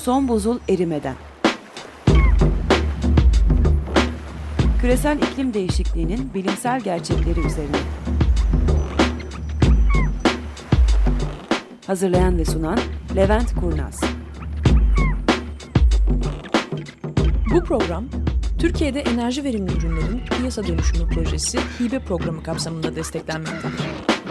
Son buzul erimeden. Küresel iklim değişikliğinin bilimsel gerçekleri üzerine. Hazırlayan ve sunan Levent Kurnaz. Bu program, Türkiye'de enerji verimli ürünlerin piyasa dönüşümü projesi hibe programı kapsamında desteklenmektedir.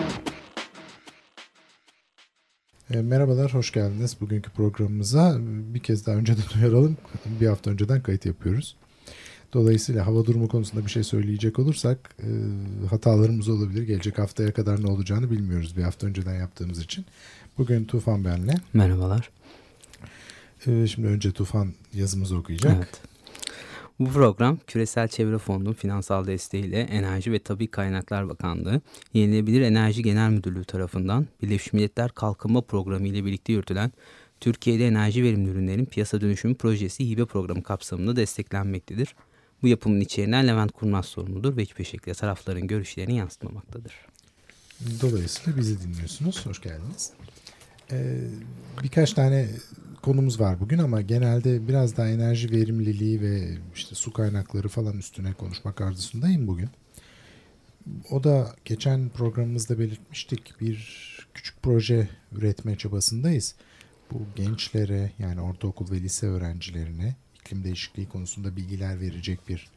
Merhabalar, hoş geldiniz bugünkü programımıza. Bir kez daha önceden uyaralım, bir hafta önceden kayıt yapıyoruz. Dolayısıyla hava durumu konusunda bir şey söyleyecek olursak hatalarımız olabilir. Gelecek haftaya kadar ne olacağını bilmiyoruz bir hafta önceden yaptığımız için. Bugün Tufan benle. Merhabalar. Şimdi önce Tufan yazımızı okuyacak. Evet. Bu program Küresel Çevre Fonu'nun finansal desteğiyle Enerji ve Tabii Kaynaklar Bakanlığı, Yenilenebilir Enerji Genel Müdürlüğü tarafından Birleşmiş Milletler Kalkınma Programı ile birlikte yürütülen Türkiye'de enerji verimli ürünlerin piyasa dönüşümü projesi hibe programı kapsamında desteklenmektedir. Bu yapımın içeriğinden Levent Kurnaz sorumludur ve hiçbir şekilde tarafların görüşlerini yansıtmamaktadır. Dolayısıyla bizi dinliyorsunuz. Hoş geldiniz. Birkaç tane konumuz var bugün ama genelde biraz daha enerji verimliliği ve işte su kaynakları falan üstüne konuşmak arzusundayım bugün. O da geçen programımızda belirtmiştik, bir küçük proje üretme çabasındayız. Bu gençlere, yani ortaokul ve lise öğrencilerine iklim değişikliği konusunda bilgiler verecek bir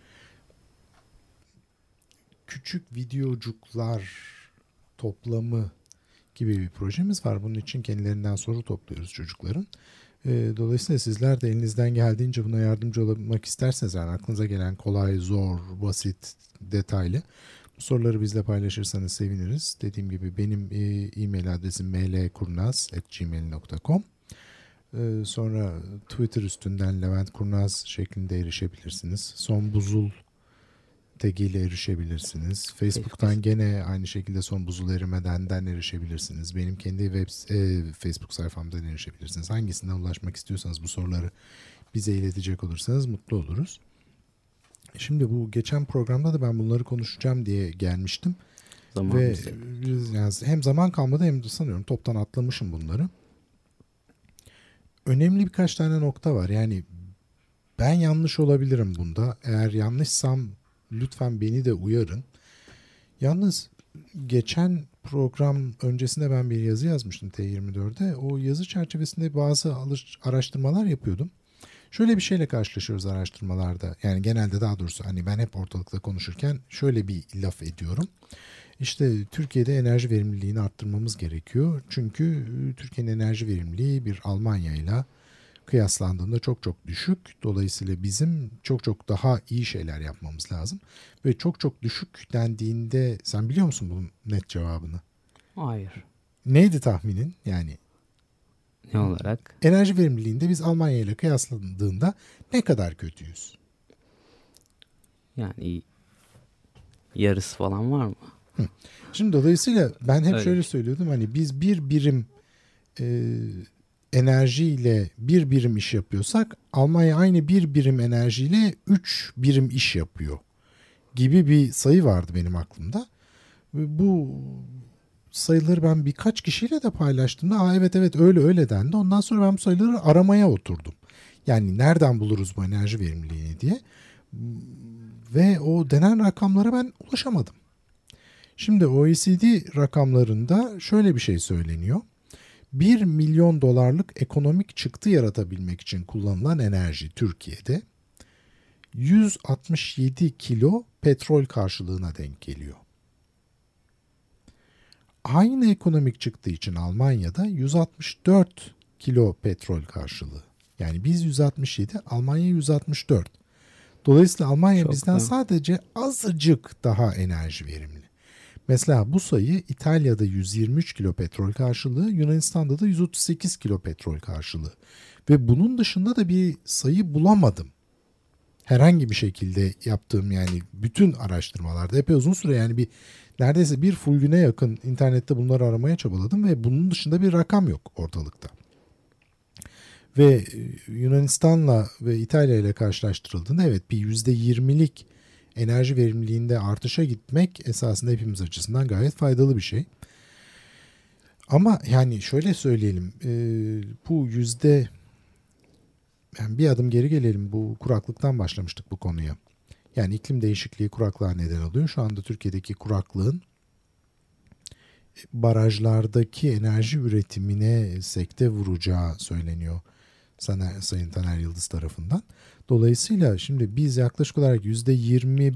küçük videocuklar toplamı gibi bir projemiz var. Bunun için kendilerinden soru topluyoruz çocukların. Dolayısıyla sizler de elinizden geldiğince buna yardımcı olmak isterseniz, yani aklınıza gelen kolay, zor, basit, detaylı bu soruları bizle paylaşırsanız seviniriz. Dediğim gibi benim e-mail adresim mlkurnaz@gmail.com. Sonra Twitter üstünden Levent Kurnaz şeklinde erişebilirsiniz. Son buzul tagiyle erişebilirsiniz. Facebook'tan gene aynı şekilde Son Buzul Erimedenden erişebilirsiniz. Benim kendi Facebook sayfamdan erişebilirsiniz. Hangisinden ulaşmak istiyorsanız bu soruları bize iletecek olursanız mutlu oluruz. Şimdi bu geçen programda da ben bunları konuşacağım diye gelmiştim. Ve yani hem zaman kalmadı hem de sanıyorum toptan atlamışım bunları. Önemli birkaç tane nokta var. Yani ben yanlış olabilirim bunda. Eğer yanlışsam lütfen beni de uyarın. Yalnız geçen program öncesinde ben bir yazı yazmıştım T24'de. O yazı çerçevesinde bazı araştırmalar yapıyordum. Şöyle bir şeyle karşılaşıyoruz araştırmalarda. Yani genelde, daha doğrusu hani ben hep ortalıkta konuşurken şöyle bir laf ediyorum. İşte Türkiye'de enerji verimliliğini arttırmamız gerekiyor. Çünkü Türkiye'nin enerji verimliliği bir Almanya ile kıyaslandığında çok çok düşük. Dolayısıyla bizim çok çok daha iyi şeyler yapmamız lazım. Ve çok çok düşük dendiğinde sen biliyor musun bunun net cevabını? Hayır. Neydi tahminin? Yani ne olarak? Enerji verimliliğinde biz Almanya ile kıyaslandığında ne kadar kötüyüz? Yani yarısı falan var mı? Şimdi dolayısıyla ben hep şöyle söylüyordum, hani biz bir birim enerjiyle bir birim iş yapıyorsak Almanya aynı bir birim enerjiyle 3 birim iş yapıyor gibi bir sayı vardı benim aklımda. Bu sayıları ben birkaç kişiyle de paylaştığımda evet öyle dendi. Ondan sonra ben bu sayıları aramaya oturdum. Yani nereden buluruz bu enerji verimliliğini diye. Ve o denen rakamlara ben ulaşamadım. Şimdi OECD rakamlarında şöyle bir şey söyleniyor. 1 milyon dolarlık ekonomik çıktı yaratabilmek için kullanılan enerji Türkiye'de 167 kilo petrol karşılığına denk geliyor. Aynı ekonomik çıktı için Almanya'da 164 kilo petrol karşılığı. Yani biz 167, Almanya 164. Dolayısıyla Almanya çok bizden sadece azıcık daha enerji verimli. Mesela bu sayı İtalya'da 123 kilo petrol karşılığı, Yunanistan'da da 138 kilo petrol karşılığı. Ve bunun dışında da bir sayı bulamadım. Herhangi bir şekilde yaptığım, yani bütün araştırmalarda epey uzun süre, yani neredeyse bir full güne yakın internette bunları aramaya çabaladım ve bunun dışında bir rakam yok ortalıkta. Ve Yunanistan'la ve İtalya ile karşılaştırıldığında evet bir %20'lik enerji verimliliğinde artışa gitmek esasında hepimiz açısından gayet faydalı bir şey. Ama yani şöyle söyleyelim, bu yani bir adım geri gelelim. Bu kuraklıktan başlamıştık bu konuya. Yani iklim değişikliği kuraklığa neden oluyor. Şu anda Türkiye'deki kuraklığın barajlardaki enerji üretimine sekte vuracağı söyleniyor Sayın Taner Yıldız tarafından. Dolayısıyla şimdi biz yaklaşık olarak %25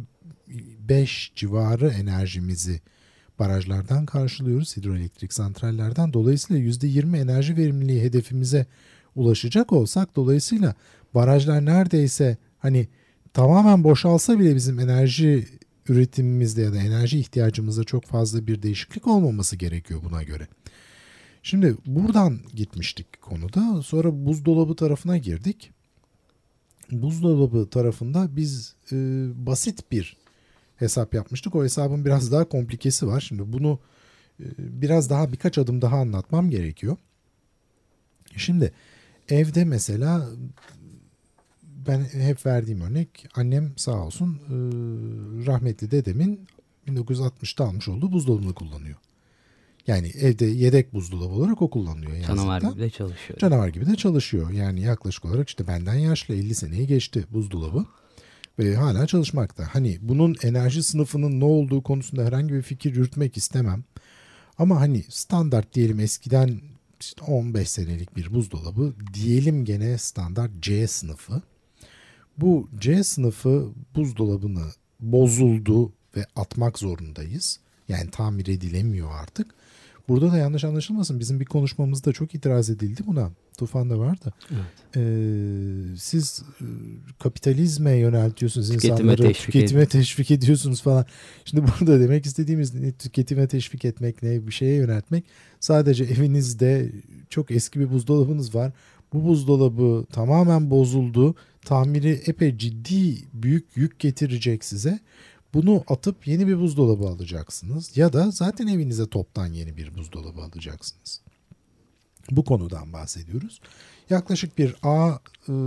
civarı enerjimizi barajlardan karşılıyoruz, hidroelektrik santrallerden. Dolayısıyla %20 enerji verimliliği hedefimize ulaşacak olsak, dolayısıyla barajlar neredeyse hani tamamen boşalsa bile bizim enerji üretimimizde ya da enerji ihtiyacımızda çok fazla bir değişiklik olmaması gerekiyor buna göre. Şimdi buradan gitmiştik konuda. Sonra buzdolabı tarafına girdik. Buzdolabı tarafında biz basit bir hesap yapmıştık. O hesabın biraz daha komplikesi var. Şimdi bunu birkaç adım daha anlatmam gerekiyor. Şimdi evde mesela ben hep verdiğim örnek, annem sağ olsun rahmetli dedemin 1960'ta almış olduğu buzdolabını kullanıyor. Yani evde yedek buzdolabı olarak o kullanılıyor. Canavar gibi de çalışıyor. Canavar gibi de çalışıyor. Yani yaklaşık olarak işte benden yaşlı 50 seneyi geçti buzdolabı. Ve hala çalışmakta. Hani bunun enerji sınıfının ne olduğu konusunda herhangi bir fikir yürütmek istemem. Ama hani standart diyelim, eskiden işte 15 senelik bir buzdolabı diyelim, gene standart C sınıfı. Bu C sınıfı buzdolabını bozuldu ve atmak zorundayız. Yani tamir edilemiyor artık. Burada da yanlış anlaşılmasın. Bizim bir konuşmamızda çok itiraz edildi buna. Tufan da vardı. Evet. Siz kapitalizme yöneltiyorsunuz insanları, tüketime teşvik ediyorsunuz falan. Şimdi burada demek istediğimiz ne, tüketime teşvik etmek, ne bir şeye yöneltmek. Sadece evinizde çok eski bir buzdolabınız var. Bu buzdolabı tamamen bozuldu. Tamiri epey ciddi, büyük yük getirecek size. Bunu atıp yeni bir buzdolabı alacaksınız. Ya da zaten evinize toptan yeni bir buzdolabı alacaksınız. Bu konudan bahsediyoruz. Yaklaşık bir A++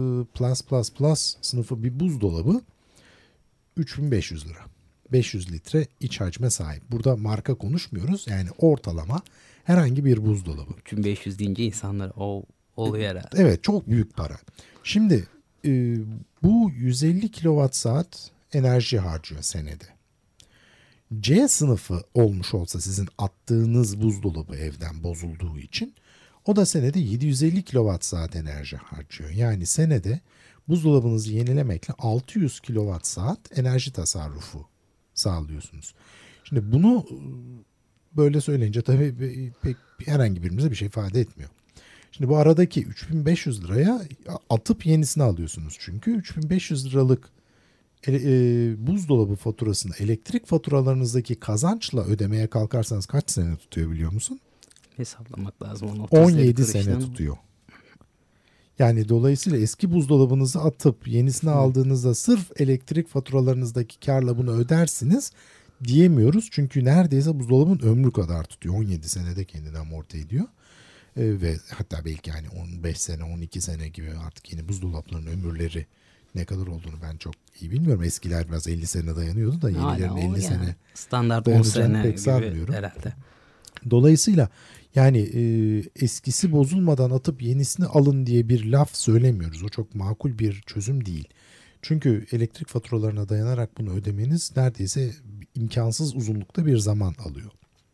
sınıfı bir buzdolabı 3500 lira. 500 litre iç hacme sahip. Burada marka konuşmuyoruz. Yani ortalama herhangi bir buzdolabı. 3500 deyince insanlar oluyor herhalde. Evet, çok büyük para. Şimdi bu 150 kWh enerji harcıyor senede. C sınıfı olmuş olsa sizin attığınız buzdolabı evden bozulduğu için, o da senede 750 kWh enerji harcıyor. Yani senede buzdolabınızı yenilemekle 600 kWh enerji tasarrufu sağlıyorsunuz. Şimdi bunu böyle söyleyince tabii pek herhangi birimize bir şey ifade etmiyor. Şimdi bu aradaki 3500 liraya atıp yenisini alıyorsunuz. Çünkü 3500 liralık buzdolabı faturasını elektrik faturalarınızdaki kazançla ödemeye kalkarsanız kaç sene tutuyor biliyor musun? Hesaplamak lazım. 17 sene tutuyor. Yani dolayısıyla eski buzdolabınızı atıp yenisini aldığınızda sırf elektrik faturalarınızdaki karla bunu ödersiniz diyemiyoruz. Çünkü neredeyse buzdolabının ömrü kadar tutuyor. 17 senede kendini amorti ediyor. Ve hatta belki yani 15 sene, 12 sene gibi artık yeni buzdolaplarının ömürleri ne kadar olduğunu ben çok iyi bilmiyorum. Eskiler biraz 50 sene dayanıyordu da yenilerin 50 sene standart 10 sene pek sanmıyorum herhalde. Dolayısıyla yani eskisi bozulmadan atıp yenisini alın diye bir laf söylemiyoruz. O çok makul bir çözüm değil. Çünkü elektrik faturalarına dayanarak bunu ödemeniz neredeyse imkansız uzunlukta bir zaman alıyor.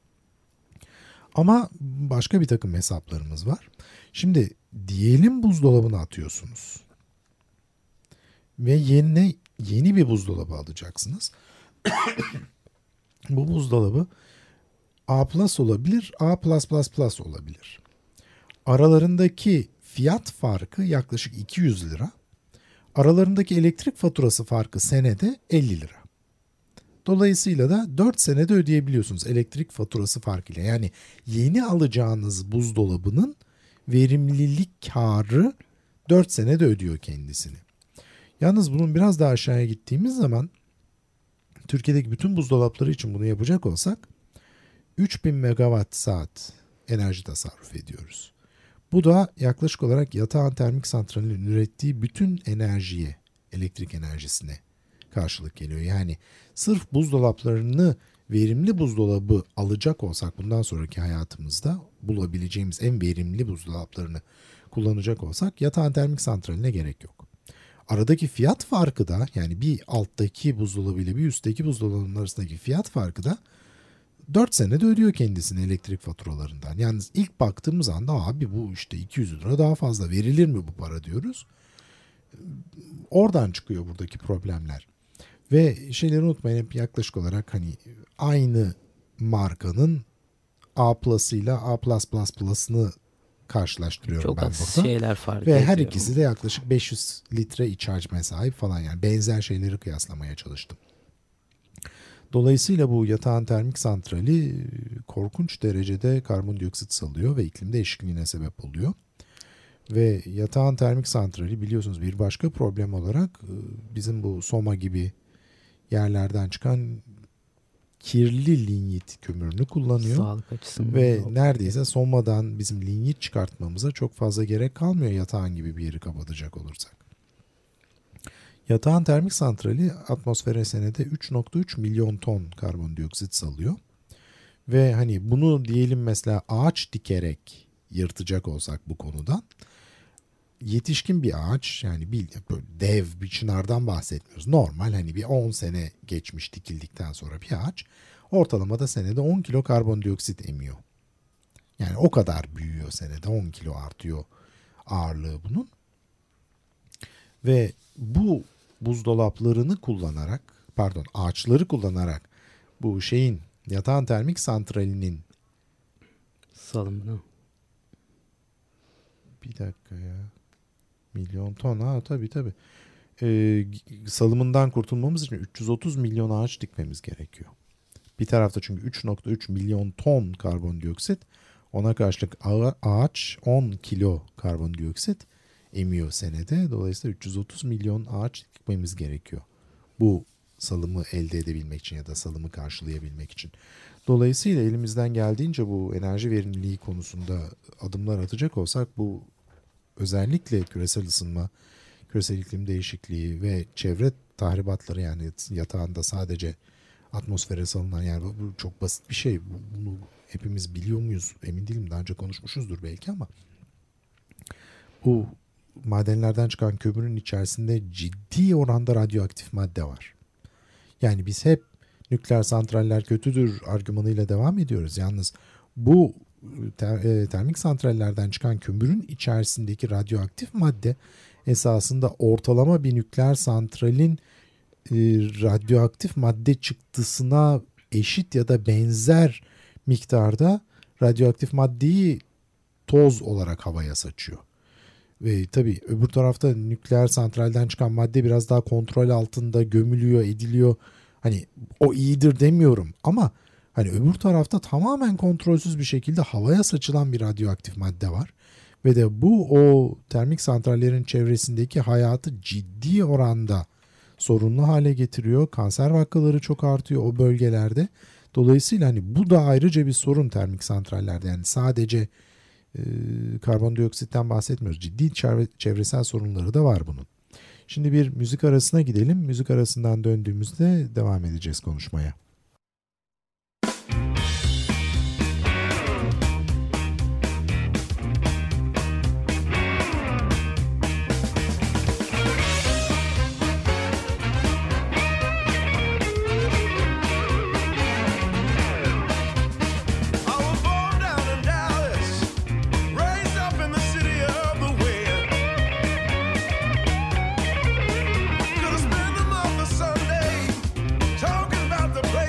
Ama başka bir takım hesaplarımız var. Şimdi diyelim buzdolabını atıyorsunuz. Ve yeni bir buzdolabı alacaksınız. Bu buzdolabı A+ olabilir, A++ olabilir. Aralarındaki fiyat farkı yaklaşık 200 lira. Aralarındaki elektrik faturası farkı senede 50 lira. Dolayısıyla da 4 senede ödeyebiliyorsunuz elektrik faturası farkıyla. Yani yeni alacağınız buzdolabının verimlilik karı 4 senede ödüyor kendisini. Yalnız bunun biraz daha aşağıya gittiğimiz zaman Türkiye'deki bütün buzdolapları için bunu yapacak olsak 3000 megawatt saat enerji tasarruf ediyoruz. Bu da yaklaşık olarak yatağın termik santralinin ürettiği bütün enerjiye, elektrik enerjisine karşılık geliyor. Yani sırf buzdolaplarını verimli buzdolabı alacak olsak bundan sonraki hayatımızda bulabileceğimiz en verimli buzdolaplarını kullanacak olsak yatağın termik santraline gerek yok. Aradaki fiyat farkı da, yani bir alttaki buzdolabı ile bir üstteki buzdolabının arasındaki fiyat farkı da 4 senede ödüyor kendisini elektrik faturalarından. Yalnız ilk baktığımız anda abi bu işte 200 lira daha fazla verilir mi bu para diyoruz. Oradan çıkıyor buradaki problemler. Ve şeyleri unutmayın, hep yaklaşık olarak hani aynı markanın A Plus'ıyla A+++'ını karşılaştırıyorum çok ben az burada. şeyler fark ve ediyor. her ikisi de yaklaşık 500 litre iç hacme sahip falan, yani benzer şeyleri kıyaslamaya çalıştım. Dolayısıyla bu yatağın termik santrali korkunç derecede karbondioksit salıyor ve iklim değişikliğine sebep oluyor. Ve yatağın termik santrali biliyorsunuz bir başka problem olarak bizim bu Soma gibi yerlerden çıkan kirli linyit kömürünü kullanıyor. Sağlık açısından. Ve neredeyse Soma'dan bizim linyit çıkartmamıza çok fazla gerek kalmıyor yatağın gibi bir yeri kapatacak olursak. Yatağın termik santrali atmosfere senede 3.3 milyon ton karbondioksit salıyor. Ve hani bunu diyelim mesela ağaç dikerek yırtacak olsak bu konudan, yetişkin bir ağaç, yani bir böyle dev bir çınardan bahsetmiyoruz. Normal hani bir 10 sene geçmiş dikildikten sonra bir ağaç ortalamada senede 10 kilo karbondioksit emiyor. Yani o kadar büyüyor senede, 10 kilo artıyor ağırlığı bunun. Ve bu buzdolaplarını kullanarak, ağaçları kullanarak bu şeyin yatağın termik santralinin salımını. Bir dakika ya. Milyon ton, tabii. Salımından kurtulmamız için 330 milyon ağaç dikmemiz gerekiyor. Bir tarafta çünkü 3.3 milyon ton karbondioksit, ona karşılık ağaç 10 kilo karbondioksit emiyor senede. Dolayısıyla 330 milyon ağaç dikmemiz gerekiyor bu salımı elde edebilmek için ya da salımı karşılayabilmek için. Dolayısıyla elimizden geldiğince bu enerji verimliliği konusunda adımlar atacak olsak, bu özellikle küresel ısınma, küresel iklim değişikliği ve çevre tahribatları, yani yatağında sadece atmosfere salınan, yani bu çok basit bir şey. Bunu hepimiz biliyor muyuz emin değilim, daha önce konuşmuşuzdur belki, ama bu madenlerden çıkan kömürün içerisinde ciddi oranda radyoaktif madde var. Yani biz hep nükleer santraller kötüdür argümanıyla devam ediyoruz. Yalnız bu termik santrallerden çıkan kömürün içerisindeki radyoaktif madde esasında ortalama bir nükleer santralin radyoaktif madde çıktısına eşit ya da benzer miktarda radyoaktif maddeyi toz olarak havaya saçıyor. Ve tabii öbür tarafta nükleer santralden çıkan madde biraz daha kontrol altında gömülüyor, ediliyor. Hani o iyidir demiyorum ama hani öbür tarafta tamamen kontrolsüz bir şekilde havaya saçılan bir radyoaktif madde var. Ve de bu o termik santrallerin çevresindeki hayatı ciddi oranda sorunlu hale getiriyor. Kanser vakaları çok artıyor o bölgelerde. Dolayısıyla hani bu da ayrıca bir sorun termik santrallerde. Yani sadece karbondioksitten bahsetmiyoruz. Ciddi çevresel sorunları da var bunun. Şimdi bir müzik arasına gidelim. Müzik arasından döndüğümüzde devam edeceğiz konuşmaya. Talking about the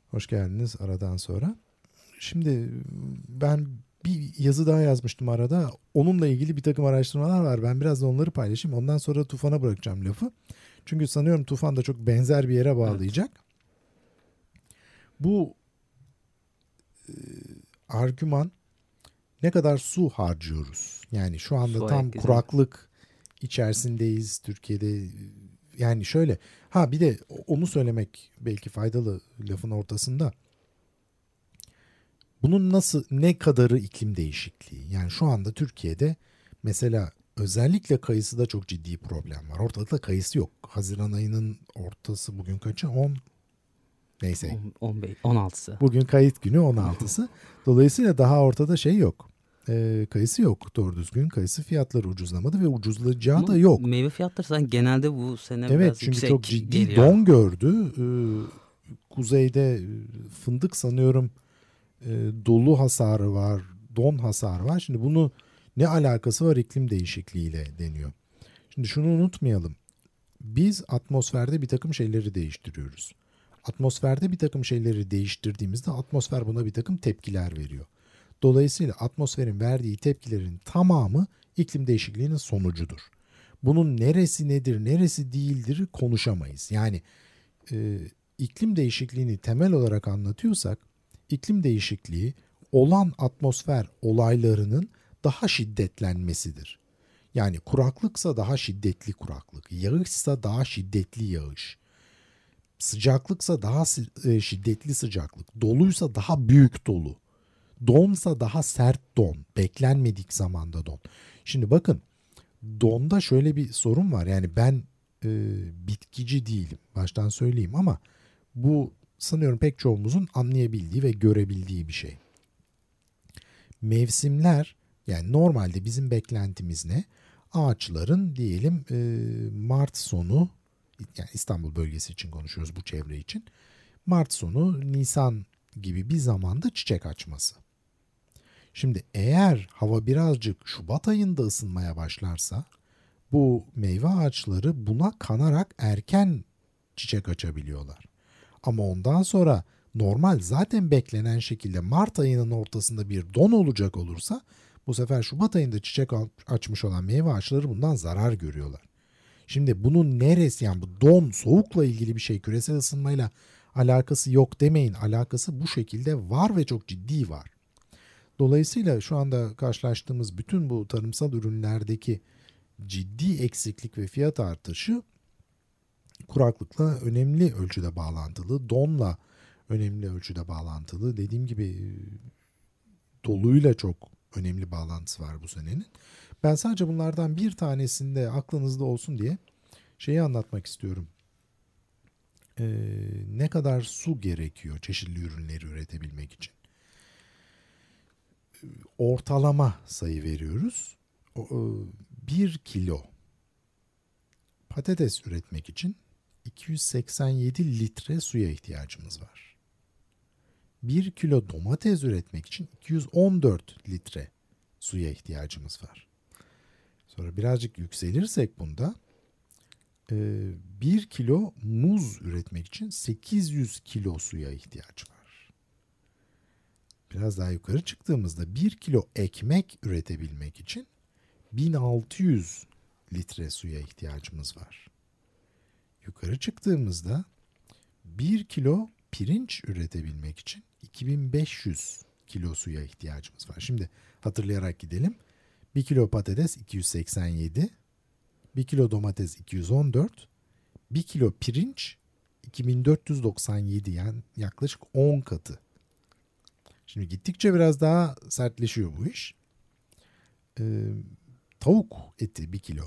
Hoş geldiniz aradan sonra. Şimdi ben bir yazı daha yazmıştım arada. Onunla ilgili bir takım araştırmalar var. Ben biraz da onları paylaşayım. Ondan sonra Tufan'a bırakacağım lafı. Çünkü sanıyorum Tufan da çok benzer bir yere bağlayacak. Evet. Bu argüman ne kadar su harcıyoruz? Yani şu anda su tam kuraklık içerisindeyiz Türkiye'de. Yani şöyle, bir de onu söylemek belki faydalı lafın ortasında. Bunun ne kadarı iklim değişikliği? Yani şu anda Türkiye'de mesela özellikle kayısıda çok ciddi problem var. Ortada kayısı yok. Haziran ayının ortası bugün kaçı? 10. Neyse. 16'sı. Bugün kayıt günü 16'sı. Dolayısıyla daha ortada yok. Kayısı yok doğru düzgün. Kayısı fiyatları ucuzlamadı ve ucuzlayacağı da yok. Meyve fiyatları genelde bu sene biraz yüksek. Evet, çünkü çok ciddi geliyor. Don gördü. Kuzeyde fındık sanıyorum dolu hasarı var, don hasarı var. Şimdi bunu ne alakası var iklim değişikliğiyle deniyor. Şimdi şunu unutmayalım. Biz atmosferde bir takım şeyleri değiştiriyoruz. Atmosferde bir takım şeyleri değiştirdiğimizde atmosfer buna bir takım tepkiler veriyor. Dolayısıyla atmosferin verdiği tepkilerin tamamı iklim değişikliğinin sonucudur. Bunun neresi nedir, neresi değildir konuşamayız. Yani iklim değişikliğini temel olarak anlatıyorsak, iklim değişikliği olan atmosfer olaylarının daha şiddetlenmesidir. Yani kuraklıksa daha şiddetli kuraklık, yağışsa daha şiddetli yağış, sıcaklıksa daha şiddetli sıcaklık, doluysa daha büyük dolu, donsa daha sert don, beklenmedik zamanda don. Şimdi bakın, donda şöyle bir sorun var. Yani ben bitkici değilim, baştan söyleyeyim, ama bu sanıyorum pek çoğumuzun anlayabildiği ve görebildiği bir şey. Mevsimler, yani normalde bizim beklentimiz ne? Ağaçların diyelim Mart sonu, yani İstanbul bölgesi için konuşuyoruz, bu çevre için. Mart sonu, Nisan gibi bir zamanda çiçek açması. Şimdi eğer hava birazcık Şubat ayında ısınmaya başlarsa, bu meyve ağaçları buna kanarak erken çiçek açabiliyorlar. Ama ondan sonra normal zaten beklenen şekilde Mart ayının ortasında bir don olacak olursa, bu sefer Şubat ayında çiçek açmış olan meyve ağaçları bundan zarar görüyorlar. Şimdi bunun neresi, yani bu don, soğukla ilgili bir şey, küresel ısınmayla alakası yok demeyin. Alakası bu şekilde var ve çok ciddi var. Dolayısıyla şu anda karşılaştığımız bütün bu tarımsal ürünlerdeki ciddi eksiklik ve fiyat artışı kuraklıkla önemli ölçüde bağlantılı, donla önemli ölçüde bağlantılı. Dediğim gibi doluyla çok önemli bağlantısı var bu senenin. Ben sadece bunlardan bir tanesinde aklınızda olsun diye şeyi anlatmak istiyorum. Ne kadar su gerekiyor çeşitli ürünleri üretebilmek için? Ortalama sayı veriyoruz. 1 kilo patates üretmek için 287 litre suya ihtiyacımız var. 1 kilo domates üretmek için 214 litre suya ihtiyacımız var. Sonra birazcık yükselirsek bunda 1 kilo muz üretmek için 800 kilo suya ihtiyaç var. Biraz daha yukarı çıktığımızda 1 kilo ekmek üretebilmek için 1600 litre suya ihtiyacımız var. Yukarı çıktığımızda 1 kilo pirinç üretebilmek için 2500 kilo suya ihtiyacımız var. Şimdi hatırlayarak gidelim. 1 kilo patates 287, 1 kilo domates 214, 1 kilo pirinç 2497, yani yaklaşık 10 katı. Şimdi gittikçe biraz daha sertleşiyor bu iş. Tavuk eti 1 kilo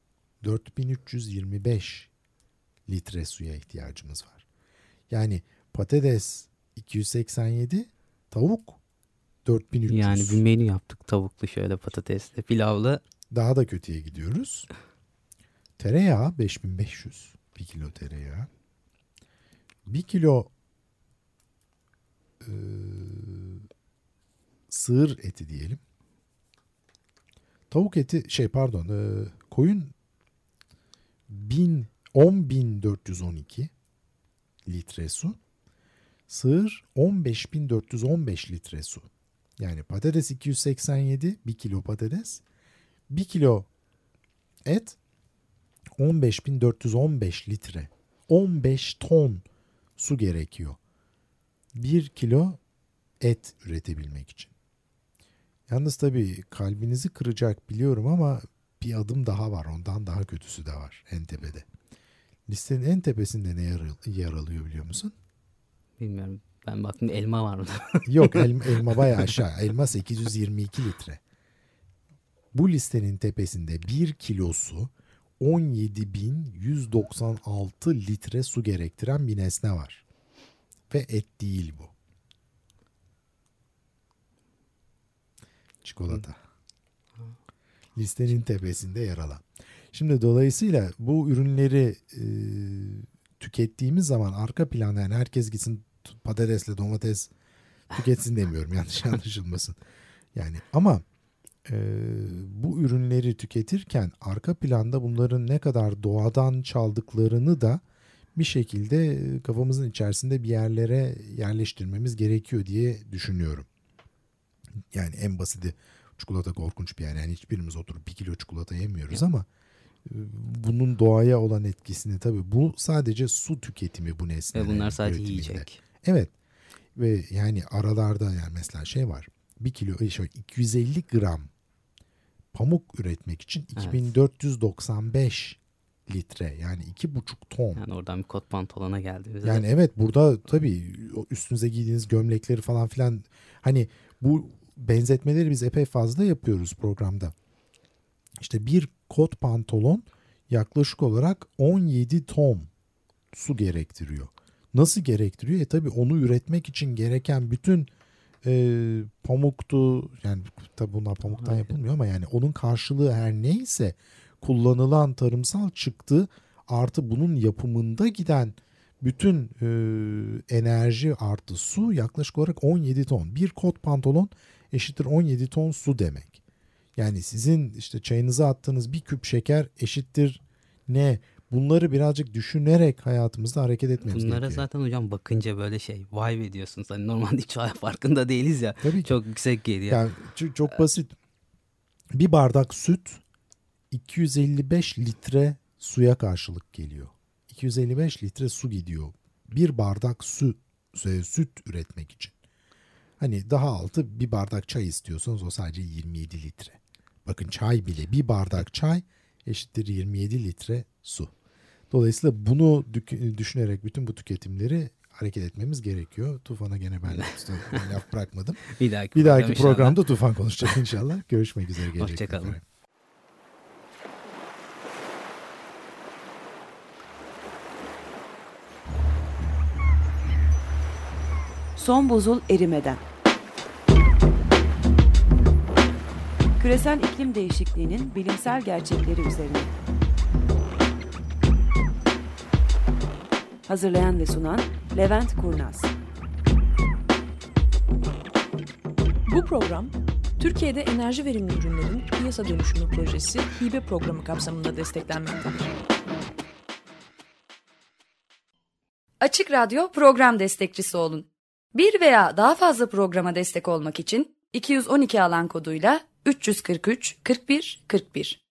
4325 litre suya ihtiyacımız var. Yani patates 287, tavuk 4300. Yani bir menü yaptık, tavuklu şöyle patatesli, pilavlı. Daha da kötüye gidiyoruz. Tereyağı 5500, 1 kilo tereyağı. 1 kilo sığır eti diyelim. Tavuk eti koyun 10.412 litre su. Sığır 15.415 litre su. Yani patates 287, 1 kilo patates. 1 kilo et 15.415 litre. 15 ton su gerekiyor. 1 kilo et üretebilmek için. Yalnız tabii kalbinizi kıracak biliyorum ama bir adım daha var. Ondan daha kötüsü de var en tepede. Listenin en tepesinde ne yer alıyor biliyor musun? Bilmiyorum. Ben baktım elma var orada. Yok elma bayağı aşağı. Elma 822 litre. Bu listenin tepesinde 1 kilosu 17.196 litre su gerektiren bir nesne var. Ve et değil bu. Çikolata. Listenin tepesinde yer alan. Şimdi dolayısıyla bu ürünleri tükettiğimiz zaman arka planda, yani herkes gitsin patatesle domates tüketsin demiyorum, yanlış anlaşılmasın. Yani ama bu ürünleri tüketirken arka planda bunların ne kadar doğadan çaldıklarını da bir şekilde kafamızın içerisinde bir yerlere yerleştirmemiz gerekiyor diye düşünüyorum. Yani en basiti çikolata korkunç bir yer. Yani hiçbirimiz oturup 1 kilo çikolata yemiyoruz ama bunun doğaya olan etkisini, tabii bu sadece su tüketimi bu nesnelerin. Ve bunlar sadece üretiminde. yiyecek. Evet. Ve yani aralarda yani mesela şey var. 1 kilo 250 gram pamuk üretmek için 2495 litre, yani 2,5 ton. Yani oradan bir kot pantolona geldi bize. Yani evet, burada tabii üstünüze giydiğiniz gömlekleri falan filan, hani bu benzetmeleri biz epey fazla yapıyoruz programda. İşte bir kot pantolon yaklaşık olarak 17 ton su gerektiriyor. Nasıl gerektiriyor? Tabii onu üretmek için gereken bütün pamuktu, yani tabii bunlar pamuktan yapılmıyor ama yani onun karşılığı her neyse kullanılan tarımsal çıktı artı bunun yapımında giden bütün enerji artı su yaklaşık olarak 17 ton. Bir kot pantolon eşittir 17 ton su demek. Yani sizin işte çayınıza attığınız bir küp şeker eşittir ne? Bunları birazcık düşünerek hayatımızda hareket etmemiz Bunlara gerekiyor. zaten hocam bakınca böyle vay be diyorsunuz. Hani normalde hiç farkında değiliz ya. Tabii ki. Çok yüksek geliyor. Yani çok basit. Bir bardak süt 255 litre suya karşılık geliyor. 255 litre su gidiyor. Bir bardak süt üretmek için. Hani daha altı bir bardak çay istiyorsanız o sadece 27 litre. Bakın çay bile, bir bardak çay eşittir 27 litre su. Dolayısıyla bunu düşünerek bütün bu tüketimleri hareket etmemiz gerekiyor. Tufan'a gene ben laf bırakmadım. Bir dahaki programda Tufan konuşacak inşallah. Görüşmek üzere. Hoşçakalın. Son buzul erimeden. Küresel iklim değişikliğinin bilimsel gerçekleri üzerine. Hazırlayan ve sunan Levent Kurnaz. Bu program, Türkiye'de enerji verimli ürünlerin piyasa dönüşümü projesi hibe programı kapsamında desteklenmektedir. Açık Radyo program destekçisi olun. Bir veya daha fazla programa destek olmak için 212 alan koduyla 343 41 41